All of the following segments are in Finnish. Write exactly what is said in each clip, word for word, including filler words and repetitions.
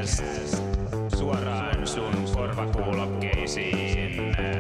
Humanisticast suoraan sun korvakuulokkeisiin.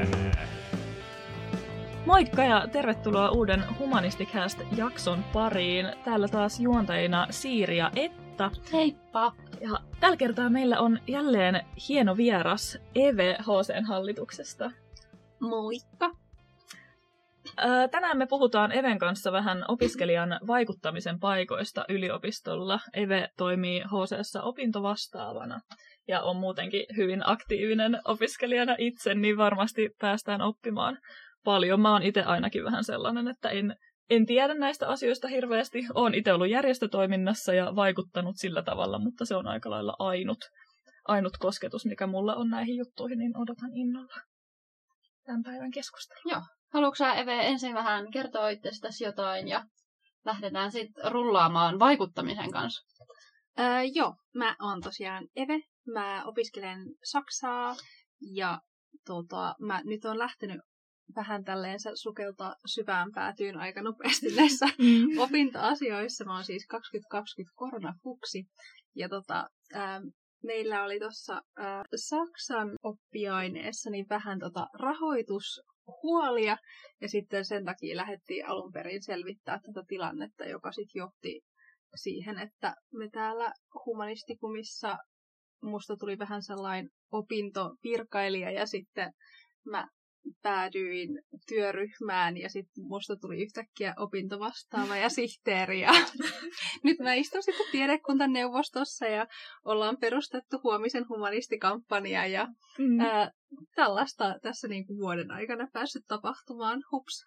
Moikka ja tervetuloa uuden Humanisticast-jakson pariin. Täällä taas juontajina Siiri ja Etta. Heippa! Ja tällä kertaa meillä on jälleen hieno vieras Eve H C:n hallituksesta. Moikka! Tänään me puhutaan Even kanssa vähän opiskelijan vaikuttamisen paikoista yliopistolla. Eve toimii H C:ssä opintovastaavana ja on muutenkin hyvin aktiivinen opiskelijana itse, niin varmasti päästään oppimaan paljon. Mä oon itse ainakin vähän sellainen, että en, en tiedä näistä asioista hirveästi. Oon itse ollut järjestötoiminnassa ja vaikuttanut sillä tavalla, mutta se on aika lailla ainut, ainut kosketus, mikä mulla on näihin juttuihin, niin odotan innolla tämän päivän keskustelua. Joo. Haluatko sä, Eve, ensin vähän kertoa itsestäsi jotain ja lähdetään sitten rullaamaan vaikuttamisen kanssa? Öö, joo, mä oon tosiaan Eve. Mä opiskelen saksaa ja tota, mä nyt oon lähtenyt vähän tälleensä sukeltaa syvään päätyyn aika nopeasti näissä mm. opintoasioissa. Mä oon siis kaksituhattakaksikymmentä koronafuksi. Ja tota, ää, meillä oli tuossa Saksan oppiaineessa niin vähän tota rahoitushuolia. Ja sitten sen takia lähdettiin alun perin selvittää tätä tilannetta, joka sitten johti siihen, että me täällä humanistikumissa musta tuli vähän sellainen opintovirkailija ja sitten mä päädyin työryhmään ja sitten musta tuli yhtäkkiä opintovastaava ja sihteeri. Ja nyt mä istun sitten tiedekuntaneuvostossa ja ollaan perustettu huomisen humanistikampanja ja mm. ää, tällaista tässä niinku vuoden aikana päässyt tapahtumaan. Hups.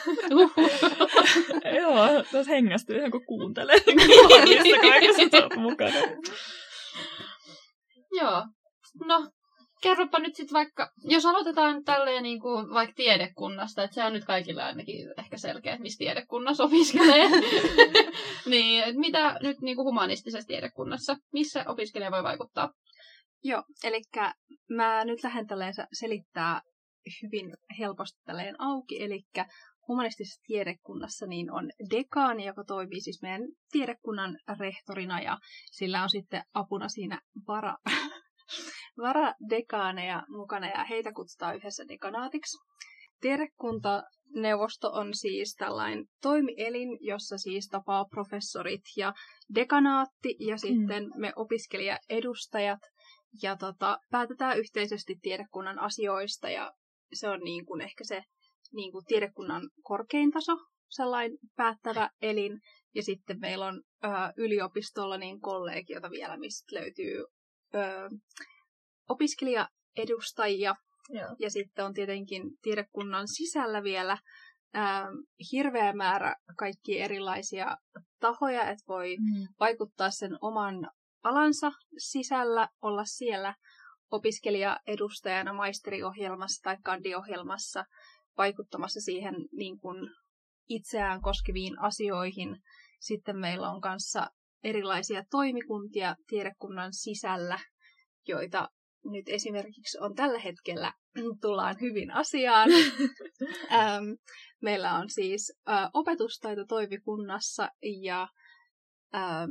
Joo, tuossa hengästyy ihan kun kuuntelee. Niissä kaikessa olet mukana. Joo, no. Kerropa nyt sitten vaikka, jos aloitetaan tälleen niin kuin vaikka tiedekunnasta, että se on nyt kaikille ainakin ehkä selkeä, että missä tiedekunnassa opiskelee. Niin, mitä nyt niin kuin humanistisessa tiedekunnassa, missä opiskelija voi vaikuttaa? Joo, eli mä nyt lähden tälleen selittää hyvin helposti tälleen auki, eli humanistisessa tiedekunnassa niin on dekaani, joka toimii siis meidän tiedekunnan rehtorina ja sillä on sitten apuna siinä vara... varadekaaneja mukana ja heitä kutsutaan yhdessä dekanaatiksi. Tiedekuntaneuvosto on siis tällainen toimielin, jossa siis tapaa professorit ja dekanaatti ja sitten me opiskelijaedustajat ja tota, päätetään yhteisesti tiedekunnan asioista ja se on niin kuin ehkä se niin kuin tiedekunnan korkein taso, sellainen päättävä elin ja sitten meillä on ö, yliopistolla niin kollegiota vielä, mistä löytyy Öö, opiskelijaedustajia Joo. ja sitten on tietenkin tiedekunnan sisällä vielä öö, hirveä määrä kaikkia erilaisia tahoja, että voi mm. vaikuttaa sen oman alansa sisällä, olla siellä opiskelijaedustajana maisteriohjelmassa tai kandiohjelmassa vaikuttamassa siihen niin kuin itseään koskeviin asioihin. Sitten meillä on kanssa erilaisia toimikuntia tiedekunnan sisällä, joita nyt esimerkiksi on tällä hetkellä, tullaan hyvin asiaan. ähm, meillä on siis äh, opetustaitotoimikunnassa ja ähm,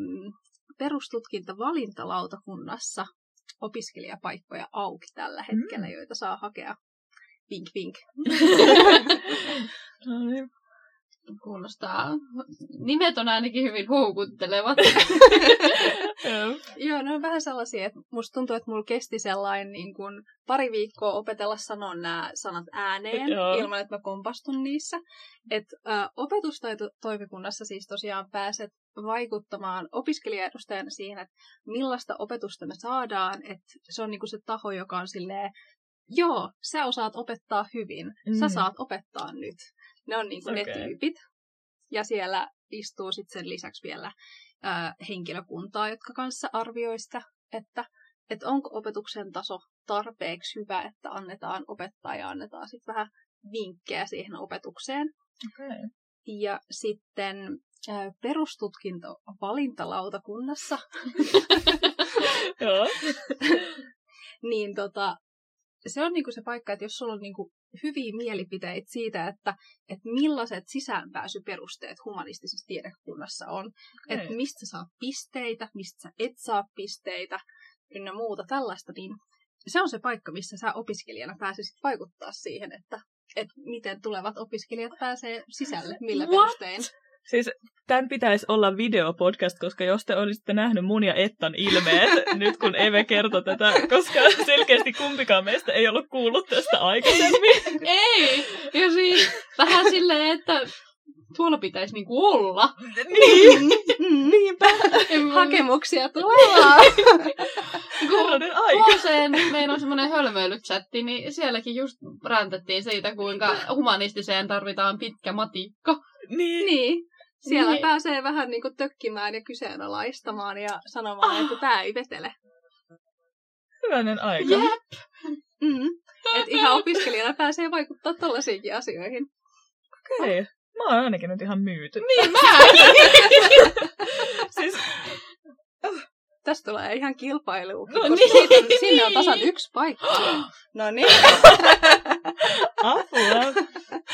perustutkintavalintalautakunnassa opiskelijapaikkoja auki tällä hetkellä, mm. joita saa hakea. Vink, vink. Kuulostaa. Nimet on ainakin hyvin houkuttelevat. Joo, ne on vähän sellaisia, että musta tuntuu, että mulla kesti sellainen niin kuin pari viikkoa opetella sanoa nämä sanat ääneen, Joo. ilman että mä kompastun niissä. Että äh, opetustaitotoimikunnassa siis tosiaan pääset vaikuttamaan opiskelijaedustajana siihen, että millaista opetusta me saadaan. Että se on niin kuin se taho, joka on silleen, joo, sä osaat opettaa hyvin, mm. sä saat opettaa nyt. Ne on niinku okay. ne tyypit. Ja siellä istuu sitten sen lisäksi vielä ää, henkilökuntaa, jotka kanssa arvioi sitä, että et onko opetuksen taso tarpeeksi hyvä, että annetaan opettaa ja annetaan sitten vähän vinkkejä siihen opetukseen. Okay. Ja sitten ää, perustutkinto valintalautakunnassa. Joo. niin tota, se on niinku se paikka, että jos sulla on niinku hyviä mielipiteitä siitä, että, että millaiset sisäänpääsyperusteet humanistisessa tiedekunnassa on. Okay. Että mistä saa pisteitä, mistä sä et saa pisteitä. ynnä muuta tällaista, niin se on se paikka, missä sä opiskelijana pääsisit vaikuttaa siihen, että, että miten tulevat opiskelijat pääsee sisälle, millä What? perustein. Siis tämän pitäisi olla videopodcast, koska jos te olisitte nähnyt mun ja Ettan ilmeet nyt kun Eve kertoi tätä, koska selkeästi kumpikaan meistä ei ollut kuullut tästä aikaisemmin. Ei! Ja siis vähän silleen, että tuolla pitäisi niinku olla. Niin, Mm, niinpä. hakemuksia tulee. Herranen aika. Hooseen meillä on semmoinen hölmöilychatti, niin sielläkin just räntettiin siitä, kuinka humanistiseen tarvitaan pitkä matikka. Niin. Niin. Siellä Niin. pääsee vähän niinku tökkimään ja kyseenalaistamaan ja sanomaan, että tää ei vetele. Hyvänen aika. Jep! Mm. Et ihan opiskelijana pääsee vaikuttaa tollaisiinkin asioihin. Okei. Okay. Mä oon ainakin nyt ihan myyty. Niin mä! Siis, Tästä tulee ihan kilpailu. No koska niin. siitä on, sinne on tasan yksi paikka. No niin. apua.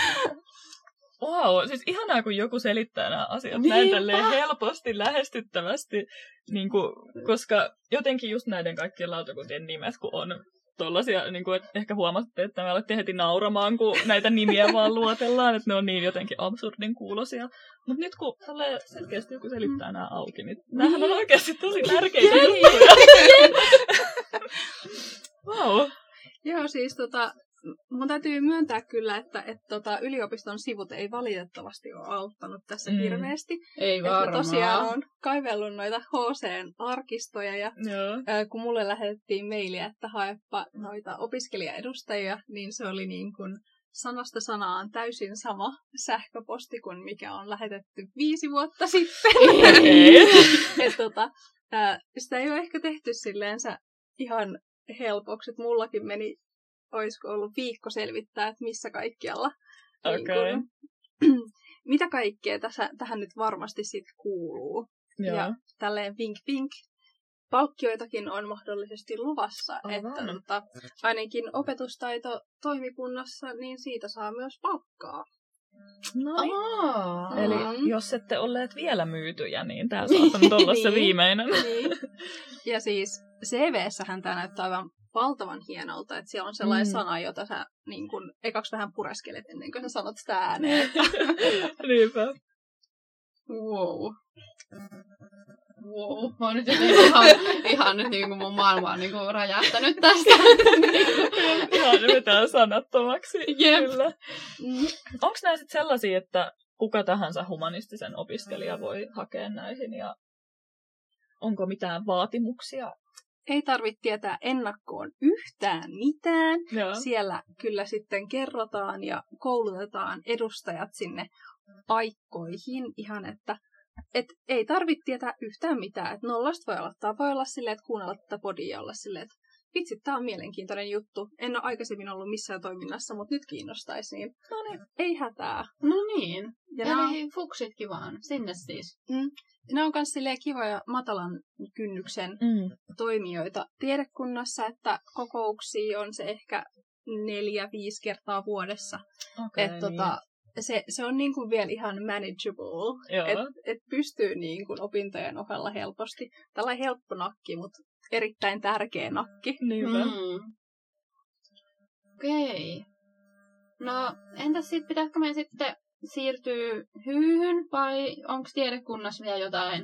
Wow, siis ihanaa, kun joku selittää nämä asiat näin Niinpä. tälleen helposti, lähestyttävästi, niin kuin, koska jotenkin just näiden kaikkien lautakuntien nimet, kun on tollasia, niin kuin, että ehkä huomatte, että me olette heti nauramaan, kun näitä nimiä vaan luotellaan, että ne on niin jotenkin absurdin kuulosia. Mutta nyt kun tälleen selkeästi joku selittää nämä auki, niin näähän on oikeasti tosi tärkeitä juttuja. Wow. Joo, siis tota, mun täytyy myöntää kyllä, että et, tota, yliopiston sivut ei valitettavasti ole auttanut tässä Mm. mm. hirveästi. Ei Et mä varmaan. tosiaan on kaivellut noita H C:n-arkistoja ja Joo. ää, kun mulle lähetettiin mailia, että haepa noita opiskelijaedustajia, niin se oli niin kuin sanasta sanaan täysin sama sähköposti kuin mikä on lähetetty viisi vuotta sitten. Okei. Et, tota, ää, sitä ei ole ehkä tehty silleensä ihan helpoksi, että mullakin meni, olisiko ollut viikko selvittää, että missä kaikkialla. niin Okei. kun, mitä kaikkea tässä, tähän nyt varmasti sitten kuuluu. Joo. Ja tälleen vink vink. Palkkioitakin on mahdollisesti luvassa, Aivan. että tota, ainakin opetustaito toimikunnassa, niin siitä saa myös palkkaa. Noin. Aa. Eli Mm. jos ette olleet vielä myytyjä, niin tää saattaa nyt olla se Niin. viimeinen. Niin. Ja siis C V:ssähän tämä näyttää aivan valtavan hienolta, että siellä on sellainen Mm. mm. sana, jota sä niin kun, ekaksi vähän pureskelet ennen kuin sä sanot sitä ääneen. Niinpä. Wow. Wow. Mä oon nyt jotenkin ihan, ihan nyt niin kuin mun maailma on niin kuin räjähtänyt tästä. Ihan ne vetää sanattomaksi. Jep. Kyllä. Mm. Onko nämä sitten sellaisia, että kuka tahansa humanistisen opiskelija voi hakea näihin ja onko mitään vaatimuksia? Ei tarvitse tietää ennakkoon yhtään mitään. Joo. Siellä kyllä sitten kerrotaan ja koulutetaan edustajat sinne paikkoihin ihan, että et ei tarvitse tietää yhtään mitään. Et nollasta voi aloittaa. Voi olla silleen, että kuunnella tätä podia ja olla silleen, että vitsi, tää on mielenkiintoinen juttu. En ole aikaisemmin ollut missään toiminnassa, mutta nyt kiinnostaisi. Niin, no niin, ei hätää. No niin. Ja nämä on, Eli fuksitkin vaan. Sinne siis. mm, nämä on myös silleen kivoja matalan kynnyksen Mm. toimijoita tiedekunnassa, että kokouksia on se ehkä neljä, viisi kertaa vuodessa. Okay, Et tota, se, se on niin kuin vielä ihan manageable, Joo. että et pystyy niin kuin opintojen ohella helposti. Tällainen helppo nakki, mutta erittäin tärkeä nakki. Niinpä. Mm. Okei. No, entäs sitten, pitäisikö meidän sitten siirtyä hyyhyn, vai onko tiedekunnassa vielä jotain?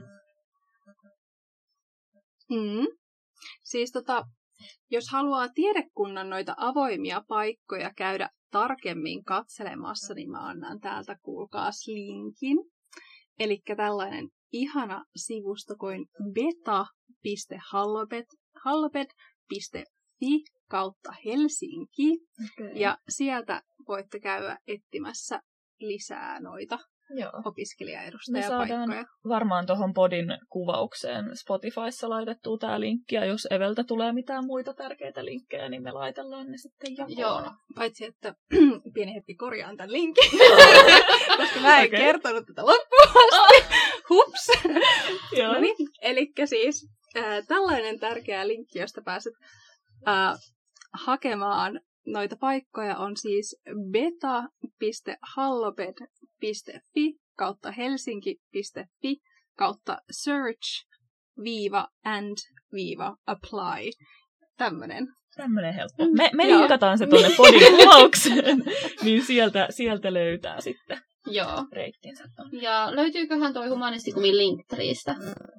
Mm. Siis tota, jos haluaa tiedekunnan noita avoimia paikkoja käydä tarkemmin katselemassa, niin mä annan täältä kuulkaas linkin. Eli tällainen ihana sivusto kuin beta piste hallobed piste fi kautta Helsinki. Okay. Ja sieltä voitte käydä etsimässä lisää noita Joo. opiskelijaedustajapaikkoja. Varmaan tuohon podin kuvaukseen Spotifyssa laitettua tämä linkki, ja jos Eveltä tulee mitään muita tärkeitä linkkejä, niin me laitellaan ne sitten jakoon. Joo. Paitsi, että pieni hetki korjaan tämän linkin, koska mä en Okei. kertonut tätä loppuun asti. Hups! Joo. No niin, elikkä siis äh, tällainen tärkeä linkki, josta pääset äh, hakemaan noita paikkoja, on siis beta piste hallobed piste fi kautta helsinki piste fi kautta search viiva and apply. Tämmönen. Tämmönen helppo. Me, me Joo. linkataan se tuonne podin kuvaukseen, niin sieltä, sieltä löytää sitten Joo. reittinsä. Ja löytyyköhän toi humanistikumi Linktreestä?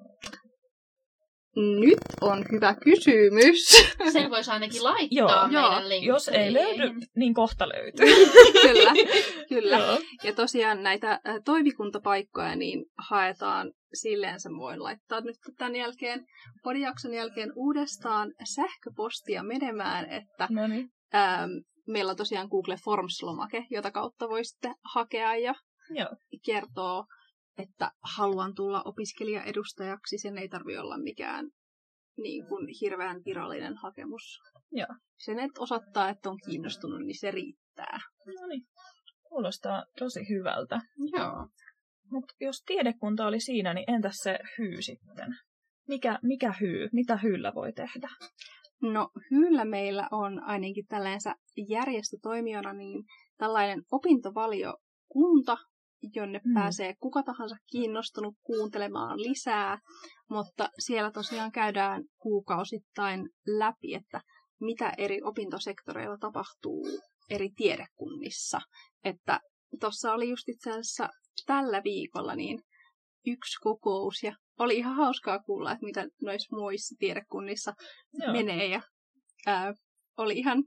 Nyt on hyvä kysymys. Sen voisi ainakin laittaa Joo, meidän joo. Linktreeihin. Jos ei löydy, niin kohta löytyy. Kyllä, kyllä. Joo. Ja tosiaan näitä ä, toimikuntapaikkoja niin haetaan silleen, sä voin laittaa nyt tämän jälkeen, podijakson jälkeen uudestaan sähköpostia menemään, että No niin. äm, meillä on tosiaan Google Forms-lomake, jota kautta voi sitten hakea ja Joo. kertoo, että haluan tulla opiskelijaedustajaksi. Sen ei tarvitse olla mikään niin kuin hirveän virallinen hakemus. Joo. Sen, että osoittaa, että on kiinnostunut, niin se riittää. No niin. Kuulostaa tosi hyvältä. Joo. Mutta jos tiedekunta oli siinä, niin entäs se hyy sitten? Mikä, mikä hyy? Mitä hyyllä voi tehdä? No Hyllä meillä on ainakin tällainen järjestötoimijana niin tällainen opintovaliokunta, jonne Mm. mm. pääsee kuka tahansa kiinnostunut kuuntelemaan lisää, mutta siellä tosiaan käydään kuukausittain läpi, että mitä eri opintosektoreilla tapahtuu eri tiedekunnissa. Että tuossa oli just itse asiassa tällä viikolla niin yksi kokous ja oli ihan hauskaa kuulla, että mitä noissa muissa tiedekunnissa Joo. menee ja ää, oli ihan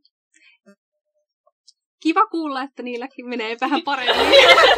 kiva kuulla, että niilläkin menee vähän paremmin.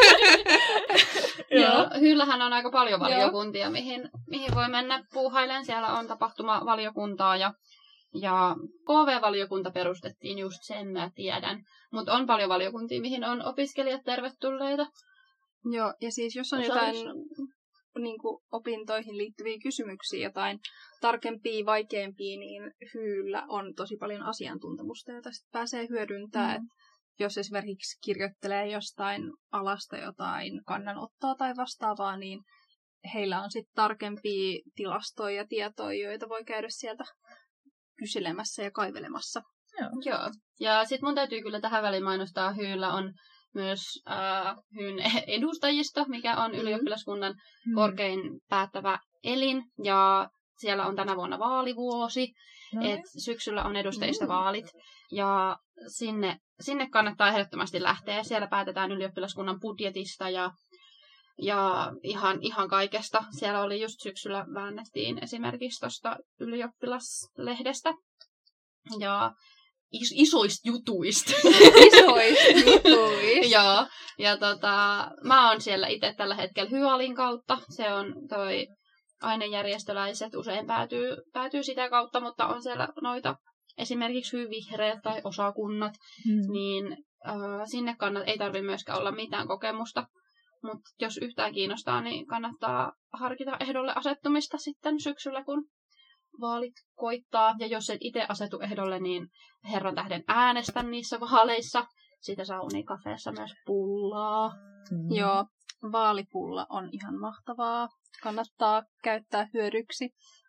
Joo. Hyllähän on aika paljon valiokuntia, mihin, mihin voi mennä puuhailemaan. Siellä on tapahtumavaliokuntaa ja, ja K V-valiokunta perustettiin just sen, mä tiedän. Mutta on paljon valiokuntia, mihin on opiskelijat tervetulleita. Joo, ja siis jos on jotain niin kuin opintoihin liittyviä kysymyksiä, jotain tarkempia, vaikeampia, niin Hyllä on tosi paljon asiantuntemusta, jota sitten pääsee hyödyntämään. Mm. Jos esimerkiksi kirjoittelee jostain alasta jotain kannanottoa tai vastaavaa, niin heillä on sitten tarkempia tilastoja ja tietoja, joita voi käydä sieltä kyselemässä ja kaivelemassa. Joo. Joo. Ja sitten mun täytyy kyllä tähän väliin mainostaa, Hyllä on myös äh, Hyn edustajisto, mikä on ylioppilaskunnan Mm. korkein päättävä elin. Ja siellä on tänä vuonna vaalivuosi. No Et niin. syksyllä on edustajistovaalit. Ja sinne, sinne kannattaa ehdottomasti lähteä. Siellä päätetään ylioppilaskunnan budjetista ja, ja ihan, ihan kaikesta. Siellä oli just syksyllä väännettiin esimerkiksi tuosta ylioppilaslehdestä. Ja is, isoista jutuista. Isoista jutuista. Joo, ja tota, mä oon siellä itse tällä hetkellä Hyalin kautta. Se on toi ainejärjestöläiset, usein päätyy, päätyy sitä kautta, mutta on siellä noita esimerkiksi Hyvihreät tai osakunnat, Mm. niin äh, sinne kannat, ei tarvitse myöskään olla mitään kokemusta. Mutta jos yhtään kiinnostaa, niin kannattaa harkita ehdolle asettumista sitten syksyllä, kun vaalit koittaa. Ja jos et itse asetu ehdolle, niin herran tähden äänestä niissä vaaleissa. Siitä saa Unikafeessa myös pullaa. Mm. Joo, vaalipulla on ihan mahtavaa. Kannattaa käyttää hyödyksi.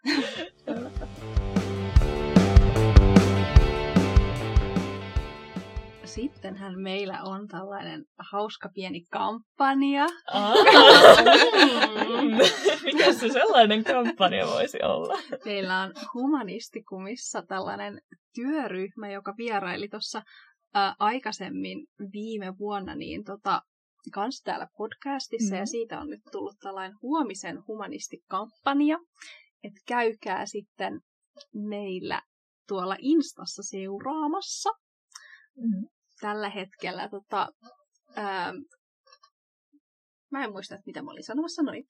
Sittenhän meillä on tällainen hauska pieni kampanja. Ah. Mm. Mikä se sellainen kampanja voisi olla? Meillä on Humanistikumissa tällainen työryhmä, joka vieraili tuossa ää, aikaisemmin viime vuonna niin tota, kans täällä podcastissa, Mm. ja siitä on nyt tullut tällainen huomisen humanistikampanja, että käykää sitten meillä tuolla Instassa seuraamassa. Mm. Tällä hetkellä tota, ää, mä en muista, että mitä mä olin sanomassa noin.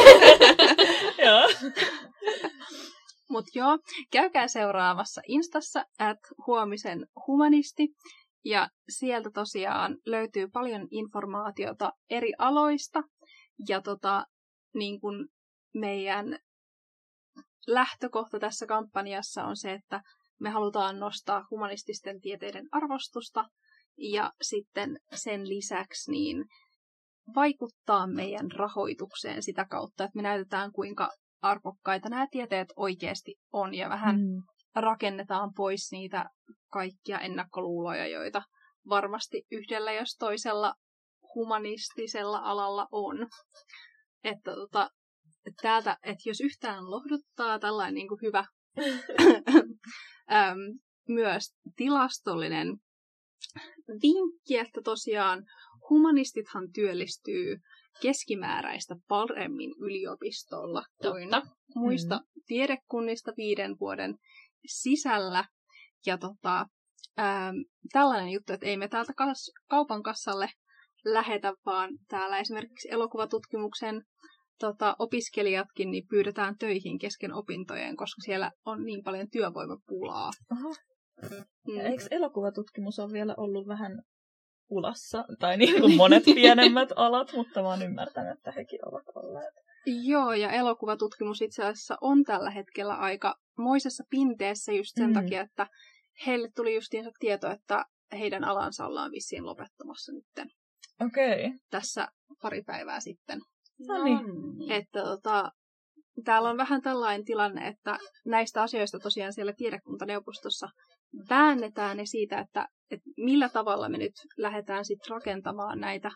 Joo. Mut joo, käykää seuraamassa Instassa at huomisen humanisti. Ja sieltä tosiaan löytyy paljon informaatiota eri aloista. Ja tota, niin kun meidän lähtökohta tässä kampanjassa on se, että me halutaan nostaa humanististen tieteiden arvostusta. Ja sitten sen lisäksi niin vaikuttaa meidän rahoitukseen sitä kautta, että me näytetään kuinka arvokkaita nämä tieteet oikeasti on. Ja vähän Mm. rakennetaan pois niitä kaikkia ennakkoluuloja, joita varmasti yhdellä jos toisella humanistisella alalla on. Että tota, täältä, että jos yhtään lohduttaa tällainen niin kuin hyvä ähm, myös tilastollinen vinkki, että tosiaan humanistithan työllistyy keskimääräistä paremmin yliopistolla kuin Totta. muista Mm. tiedekunnista viiden vuoden sisällä. Ja tota, ähm, tällainen juttu, että ei me täältä kas- kaupan kassalle lähetä, vaan täällä esimerkiksi elokuvatutkimuksen tota, opiskelijatkin niin pyydetään töihin kesken opintojen, koska siellä on niin paljon työvoimapulaa. Aha. Mm. Eikö elokuvatutkimus ole vielä ollut vähän pulassa? Tai niin kuin monet pienemmät alat, mutta mä oon ymmärtänyt, että hekin ovat olleet. Joo, ja elokuvatutkimus itse asiassa on tällä hetkellä aika moisessa pinteessä just sen Mm. takia, että heille tuli justiinsa tieto, että heidän alansa ollaan vissiin lopettamassa nyt Okei. tässä pari päivää sitten. No niin. Että tota, täällä on vähän tällainen tilanne, että näistä asioista tosiaan siellä tiedekuntaneuvostossa väännetään ja siitä, että, että millä tavalla me nyt lähdetään sitten rakentamaan näitä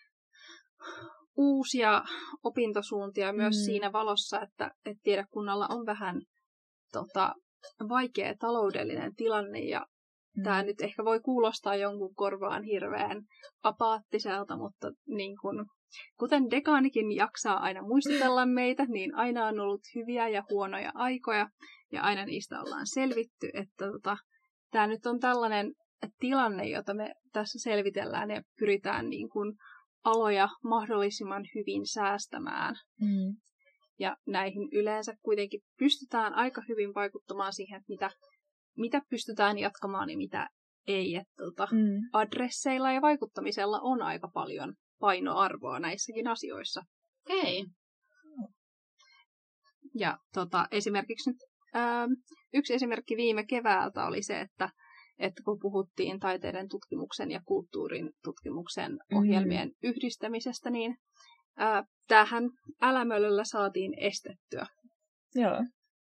uusia opintosuuntia myös Mm. siinä valossa, että, että tiedekunnalla on vähän tota, vaikea taloudellinen tilanne ja Mm. tämä nyt ehkä voi kuulostaa jonkun korvaan hirveän apaattiselta, mutta niin kun, kuten dekaanikin jaksaa aina muistutella meitä, niin aina on ollut hyviä ja huonoja aikoja ja aina niistä ollaan selvitty, että tota, tämä nyt on tällainen tilanne, jota me tässä selvitellään ja pyritään niin kun aloja mahdollisimman hyvin säästämään. Mm. Ja näihin yleensä kuitenkin pystytään aika hyvin vaikuttamaan siihen, että mitä, mitä pystytään jatkamaan ja mitä ei. Että tota, Mm. adresseilla ja vaikuttamisella on aika paljon painoarvoa näissäkin asioissa. Okei. Ja tota, esimerkiksi nyt, ää, yksi esimerkki viime keväältä oli se, että, että kun puhuttiin taiteiden tutkimuksen ja kulttuurin tutkimuksen ohjelmien mm. yhdistämisestä, niin ää, tämähän älämölöllä saatiin estettyä. Joo.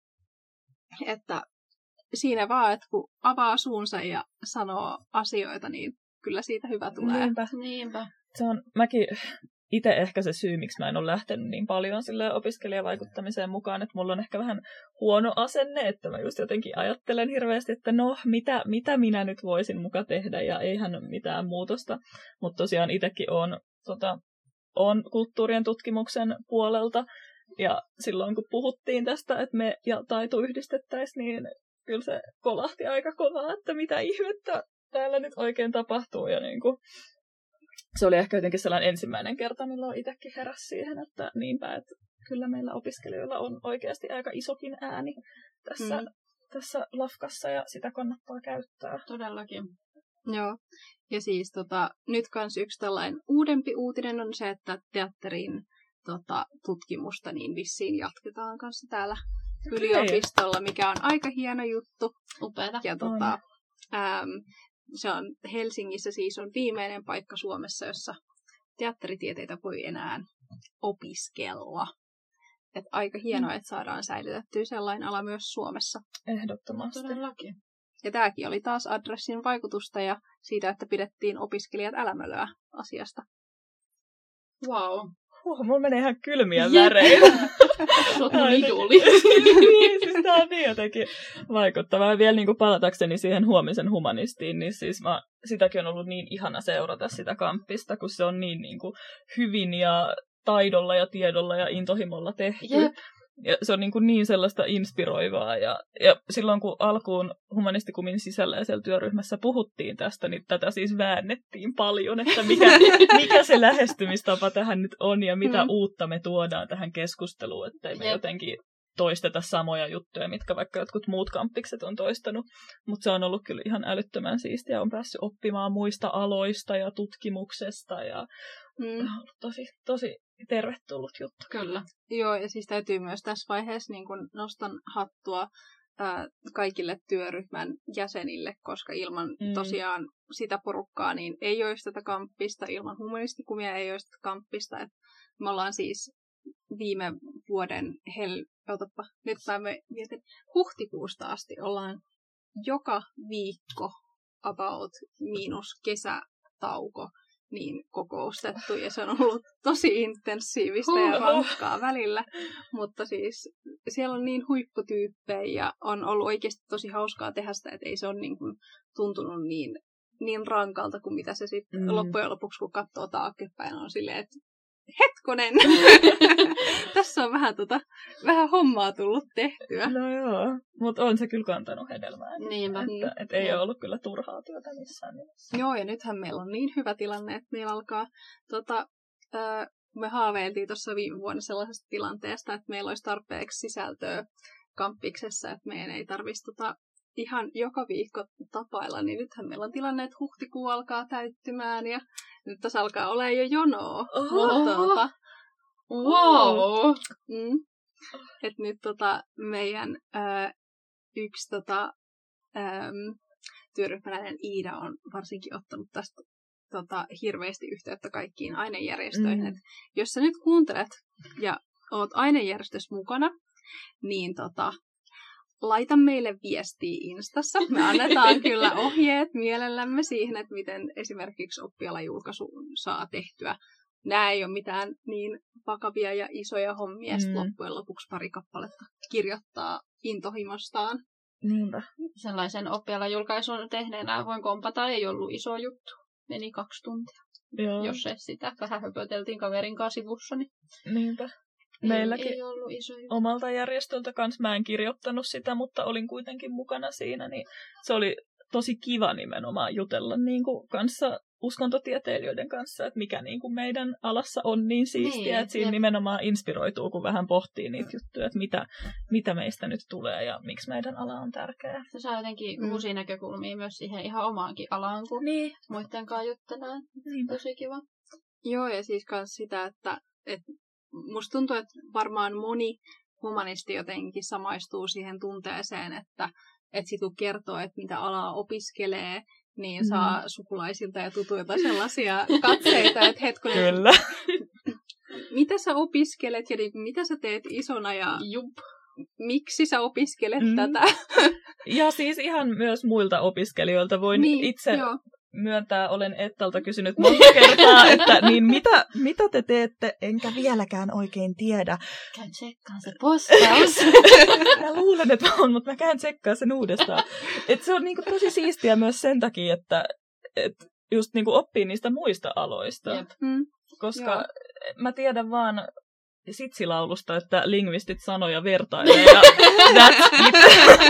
Että siinä vaan, että kun avaa suunsa ja sanoo asioita, niin kyllä siitä hyvä tulee. Niinpä. Niinpä. Se on mäkin itse ehkä se syy, miksi mä en ole lähtenyt niin paljon sille opiskelijavaikuttamiseen mukaan, että mulla on ehkä vähän huono asenne, että mä just jotenkin ajattelen hirveästi, että no, mitä, mitä minä nyt voisin muka tehdä, ja eihän ole mitään muutosta. Mutta tosiaan itsekin on, tota, on kulttuurien tutkimuksen puolelta, ja silloin kun puhuttiin tästä, että me ja taito yhdistettäisiin, niin kyllä se kolahti aika kovaa, että mitä ihmettä täällä nyt oikein tapahtuu, ja niin kuin se oli ehkä jotenkin sellainen ensimmäinen kerta, milloin itsekin heräsi siihen, että niinpä, että kyllä meillä opiskelijoilla on oikeasti aika isokin ääni tässä, mm. tässä lafkassa ja sitä kannattaa käyttää. Todellakin. Joo. Ja siis tota, nyt kans yksi tällainen uudempi uutinen on se, että teatterin tota, tutkimusta niin vissiin jatketaan kanssa täällä okay. yliopistolla, mikä on aika hieno juttu. Upeata. Ja tota, äm, se on Helsingissä siis on viimeinen paikka Suomessa, jossa teatteritieteitä voi enää opiskella. Et aika hienoa, mm. että saadaan säilytettyä sellainen ala myös Suomessa. Ehdottomasti. Todellakin. Ja tämäkin oli taas adressin vaikutusta ja siitä, että pidettiin opiskelijat älämölöä asiasta. Wow. Huh, mulla menee ihan kylmiä väreitä. Sä oot mun idoli. Niin, siis tää on niin jotenkin vaikuttavaa. Ja vielä niin kuin palatakseni siihen huomisen humanistiin, niin siis mä, sitäkin on ollut niin ihana seurata sitä kamppista, kun se on niin, niin kuin hyvin ja taidolla ja tiedolla ja intohimolla tehty. Jep. Ja se on niin, kuin niin sellaista inspiroivaa. Ja, ja silloin kun alkuun humanistikumin sisällä ja siellä työryhmässä puhuttiin tästä, niin tätä siis väännettiin paljon, että mikä, mikä se lähestymistapa tähän nyt on ja mitä mm. uutta me tuodaan tähän keskusteluun, ettei me Jep. jotenkin toisteta samoja juttuja, mitkä vaikka jotkut muut kamppikset on toistanut. Mutta se on ollut kyllä ihan älyttömän siistiä. On päässyt oppimaan muista aloista ja tutkimuksesta ja mm. tosi, tosi tervetullut juttu. Kyllä. Joo, ja siis täytyy myös tässä vaiheessa niin kun nostan hattua ää, kaikille työryhmän jäsenille, koska ilman mm. tosiaan sitä porukkaa niin ei olisi tätä kamppista, ilman humanistikumia ei olisi tätä kamppista. Et me ollaan siis viime vuoden hel... Otapa, nyt mä mietin, huhtikuusta asti ollaan joka viikko about miinus kesätauko niin kokoustettu ja se on ollut tosi intensiivistä ja rankkaa välillä, mutta siis siellä on niin huipputyyppejä ja on ollut oikeasti tosi hauskaa tehdä sitä, että ei se ole niin kuin tuntunut niin, niin rankalta kuin mitä se sitten mm. loppujen lopuksi, kun katsoo taaksepäin, on silleen, että hetkonen, tässä on vähän, tota, vähän hommaa tullut tehtyä. No joo, mutta on se kyllä kantanut hedelmää. Niinpä. Että, et ei ole ollut kyllä turhaa työtä missään nimessä. Joo, ja nythän meillä on niin hyvä tilanne, että meillä alkaa, tota, ö, me haaveiltiin tuossa viime vuonna sellaisesta tilanteesta, että meillä olisi tarpeeksi sisältöä kampiksessa, että meidän ei tarvitsisi tota, ihan joka viikko tapailla, niin nythän meillä on tilanne, että huhtikuu alkaa täyttymään ja nyt tässä alkaa olla jo jonoa. Tuota, wow! Mm, että nyt tota, meidän ö, yksi tota, äm, työryhmäläinen Iida on varsinkin ottanut tästä tota, hirveästi yhteyttä kaikkiin ainejärjestöihin. Mm. Et jos sä nyt kuuntelet ja oot ainejärjestössä mukana, niin tota, laita meille viestiä Instassa. Me annetaan kyllä ohjeet mielellämme siihen, että miten esimerkiksi oppialajulkaisu saa tehtyä. Nämä ei ole mitään niin vakavia ja isoja hommia, mm. loppujen lopuksi pari kappaletta kirjoittaa intohimostaan. Niinpä. Sellaisen oppialajulkaisun tehneenä voin kompata, ei ollut iso juttu. Meni kaksi tuntia. Joo. Jos ei sitä vähän höpöteltiin kaverin kanssa sivussa, niin Niinpä. ei, Meilläkin ei ollut iso juttu. omalta järjestöltä kanssa mä en kirjoittanut sitä, mutta olin kuitenkin mukana siinä, niin se oli tosi kiva nimenomaan jutella niin kuin kanssa uskontotieteilijöiden kanssa, että mikä niin kuin meidän alassa on niin siistiä, niin, että siinä jep. nimenomaan inspiroituu, kun vähän pohtii niitä juttuja, että mitä, mitä meistä nyt tulee ja miksi meidän ala on tärkeä. Se saa jotenkin mm. uusia näkökulmia myös siihen ihan omaankin alaan, kun niin. muiden kanssa juttelee. Niin. Tosi kiva. Joo, ja siis myös sitä, että, että musta tuntuu, että varmaan moni humanisti jotenkin samaistuu siihen tunteeseen, että, että sit kun kertoo, että mitä alaa opiskelee, niin mm. saa sukulaisilta ja tutuilta sellaisia katseita, että hetkonen, Kyllä. mitä sä opiskelet ja mitä sä teet isona ja Jup. miksi sä opiskelet mm. tätä? Ja siis ihan myös muilta opiskelijoilta voin niin, itse joo. myöntää, olen Ettalta kysynyt monta kertaa, että niin mitä, mitä te teette, enkä vieläkään oikein tiedä. Käyn tsekkaan se postaus. Mä luulen, että on, mutta mä käyn tsekkaan sen uudestaan. Et se on niinku tosi siistiä myös sen takia, että et just niinku oppii niistä muista aloista. Jep. Mm. Koska Joo. mä tiedän vaan sitsilaulusta, että lingvistit sanoja vertailee ja that's it.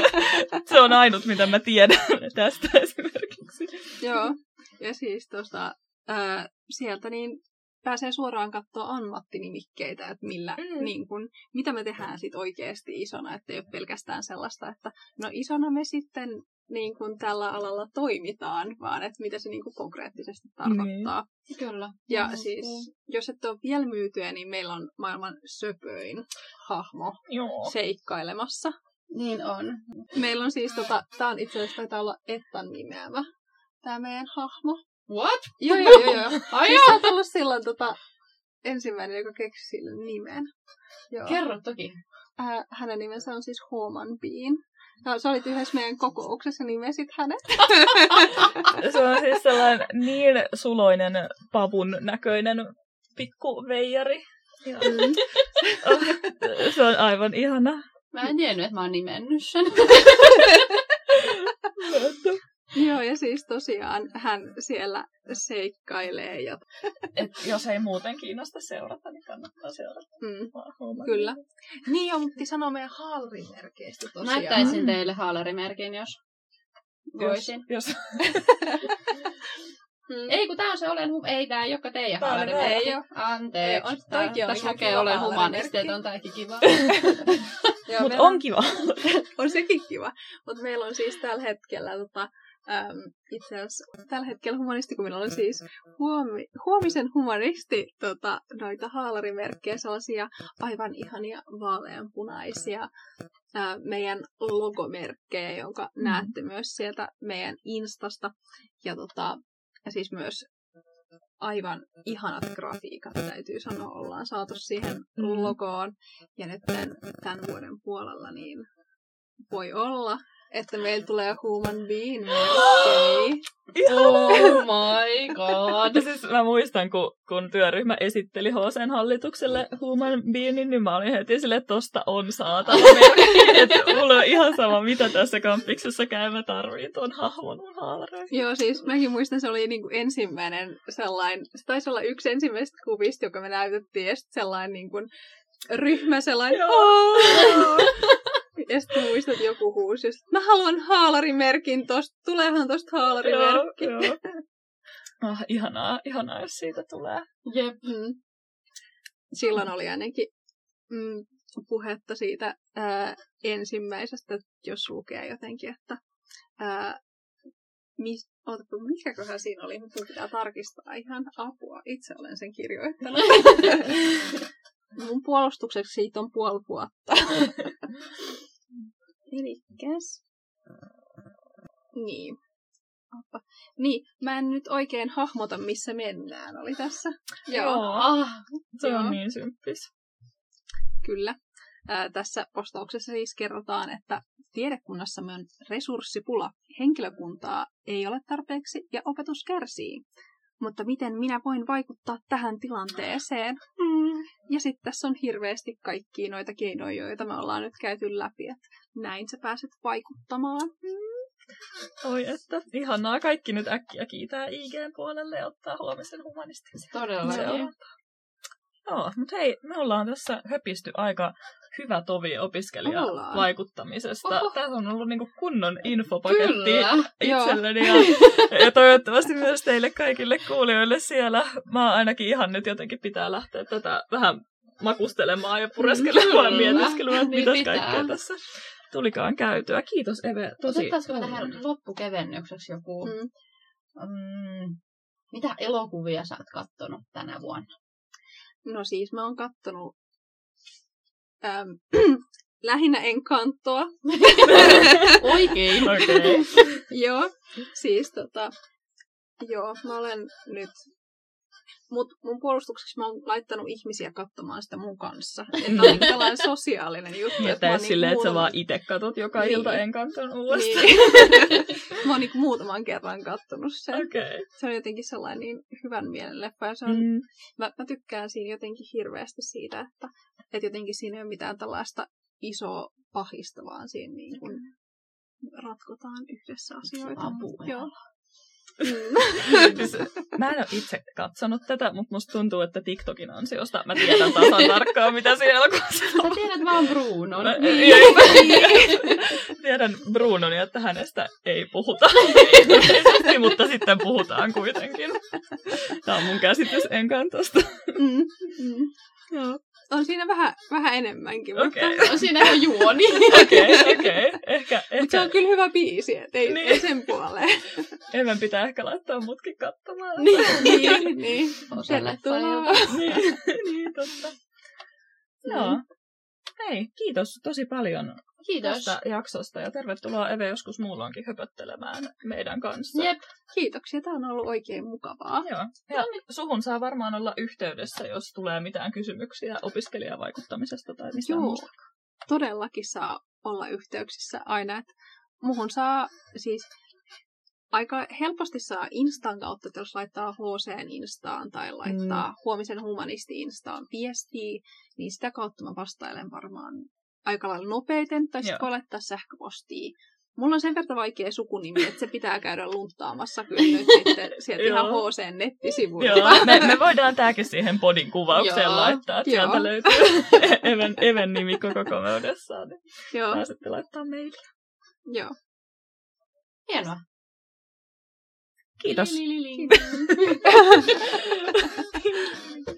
Se on ainut, mitä mä tiedän tästä esimerkiksi. Joo, ja siis tuosta, ää, sieltä niin pääsee suoraan katsoa ammattinimikkeitä, että millä, mm. niin kun, mitä me tehdään sit oikeasti isona, että ei ole pelkästään sellaista, että no isona me sitten niin kun tällä alalla toimitaan, vaan että mitä se niin kun konkreettisesti tarkoittaa. Mm. Kyllä. Ja mm. siis, jos et ole vielä myytyä, niin meillä on maailman söpöin hahmo Joo. seikkailemassa. Niin on. Meillä on siis, tota, tää on itse asiassa taitaa olla Ettan nimeämä, tää meidän hahmo. What? Joo, joo, joo. joo. Ai siis joo. sä oot ollut silloin tota, ensimmäinen, joka keksi sille nimen. Joo. Kerro toki. Äh, hänen nimensä on siis Human Bean. No, sä olit yhdessä meidän kokouksessa, nimesit hänet. Se on siis sellainen niin suloinen pavun näköinen pikkuveijari. Mm. Se on aivan ihana. Mä en tiennyt, että mä oon nimennyt sen. Joo, ja siis tosiaan hän siellä seikkailee. Ja... Et jos ei muuten kiinnosta seurata, niin kannattaa seurata. Mm, kyllä. Niin jo, mutta sanoo meidän haalarimerkeistä tosiaan. Näyttäisin mm. teille haalarimerkin, jos voisin. Jos, jos. Mm. Ei, kun tää on se olen hum... Ei, tää ei olekaan teidän haalarimerkki. Ei ole. Anteeksi. Ei, on, toikin on tässä lukee olen humanisti, että on tääkin kiva. Mutta on kiva. On sekin kiva. Mutta meillä on siis tällä hetkellä, tota, äm, itse asiassa tällä hetkellä humanisti, kun meillä on siis huomi, huomisen humanisti tota, noita haalarimerkkejä, sellaisia aivan ihania vaaleanpunaisia ää, meidän logomerkkejä, jonka mm. näette myös sieltä meidän Instasta. Ja, tota, ja siis myös aivan ihanat grafiikat, täytyy sanoa, ollaan saatu siihen logoon. Ja nyt tämän, tämän vuoden puolella niin voi olla, että meillä tulee Human Being merkkejä. Oh my god. Ja siis mä muistan, kun, kun työryhmä esitteli H C:n hallitukselle Human Beingin, niin mä olin heti silleen, että tosta on saatava merkki. Että mulla on ihan sama, mitä tässä kampiksessa käy, mä tarviin tuon hahmon mun haalareihin. Joo, siis mäkin muistan, se oli niinku ensimmäinen sellainen, se taisi olla yksi ensimmäistä kuvista, joka me näytettiin, ja sitten sellainen niinku ryhmä sellainen, ja sitten muistan, että joku huusi, että mä haluan haalarimerkin tosta, tuleehan tosta haalarimerkki. Joo, joo. Oh, ihanaa, ihanaa, jos siitä tulee. Jep. Mm. Silloin oli ainakin mm, puhetta siitä ää, ensimmäisestä, jos lukee jotenkin, että ää, mis, ootapa, mikäköhän siinä oli, mutta pitää tarkistaa ihan apua. Itse olen sen kirjoittanut. Mun puolustukseksi siitä on puoli vuotta. Elikkäs. Niin. Oppa. Niin, mä en nyt oikein hahmota, missä mennään, oli tässä. Joo, Ah, se joo. on niin symppis. Kyllä. Ää, tässä postauksessa siis kerrotaan, että tiedekunnassamme on resurssipula. Henkilökuntaa ei ole tarpeeksi ja opetus kärsii. Mutta miten minä voin vaikuttaa tähän tilanteeseen? Mm. Ja sitten tässä on hirveästi kaikkia noita keinoja, joita me ollaan nyt käyty läpi. Että näin sä pääset vaikuttamaan. Mm. Oi että, ihanaa. Kaikki nyt äkkiä kiitää I G:n puolelle ja ottaa huomisen humanistisen. todella. Se on. Joo, mutta hei, me ollaan tässä höpisty aika hyvä tovi opiskelijavaikuttamisesta. Oho. Tässä on ollut niinku kunnon infopaketti Kyllä. itselleni ja, ja toivottavasti myös teille kaikille kuulijoille siellä. Mä ainakin ihan nyt jotenkin pitää lähteä tätä vähän makustelemaan ja pureskelemaan ja Kyllä. mietiskelemaan, että Niin mitäs pitää. kaikkea tässä tulikaan käytyä. Kiitos Eve, tosi Otettaisiko me paljon. tähän loppukevennykseksi joku... Mm. Mm, mitä elokuvia sä oot kattonut tänä vuonna? No siis mä oon kattonut äm, lähinnä Encantoa. Oikein. Okei. Joo, siis tota, joo, mä olen nyt, mut mun puolustukseksi mä oon laittanut ihmisiä katsomaan sitä mun kanssa. Että on tällainen sosiaalinen juttu. Ja että mä tee oon silleen, että sä muutaman- vaan itse katot joka Niin. ilta Encanton uudestaan. Niin. Mä oon niinku muutaman kerran kattonut sen. Okei. Se on jotenkin sellainen niin hyvän mielen leffa. Ja se on, Mm. mä, mä tykkään siinä jotenkin hirveästi siitä, että, että jotenkin siinä ei ole mitään tällaista isoa pahista, vaan siinä niin kuin ratkotaan yhdessä asioita. Apua. Joo. Mm. Siis, mä en ole itse katsonut tätä, mutta musta tuntuu, että TikTokin ansiosta mä tiedän tasan tarkkaan, mitä siellä elokuvassa Sä tiedät vaan Brunon. Mä- Niin. tiedän Brunon ja että hänestä ei puhuta ilmeisesti, mutta sitten puhutaan kuitenkin. Tämä on mun käsitys Encantosta. Mm. Mm. Joo. On siinä vähän, vähän enemmänkin, Okei. mutta, On siinä jo juoni. Okei, okei. Ehkä, mutta se ehkä on kyllä hyvä biisi, et ei, Niin. ei sen puoleen. Evan pitää ehkä laittaa mutkin katsomaan. niin, niin, niin. Osa Tervetuloa. niin, niin, totta. Joo. Mm. Hei, kiitos tosi paljon Kiitos. tästä jaksosta ja tervetuloa Eve joskus muulloinkin höpöttelemään meidän kanssa. Jep. Kiitoksia, tämä on ollut oikein mukavaa. Joo. Ja suhun saa varmaan olla yhteydessä, jos tulee mitään kysymyksiä opiskelijavaikuttamisesta tai mistään Joo, muusta. todellakin saa olla yhteyksissä aina. Että muhun saa siis aika helposti saa Instan kautta, että jos laittaa H C:n Instaan tai laittaa mm. huomisen humanisti Instaan viestiä, niin sitä kautta mä vastailen varmaan aika lailla nopeiten, tai sitten voi laittaa sähköpostia. Mulla on sen verran vaikea sukunimi, että se pitää käydä lunttaamassa kyllä nyt sitten sieltä ihan H C:n nettisivuilta. Joo, me, me voidaan tääkin siihen podin kuvaukseen Joo. laittaa, että Joo. sieltä löytyy Even, Even nimi koko komeudessaan. Niin Joo, pääsette laittaa meille. joo. Hienoa. Kiitos. Li, li, li, li. Kiitos.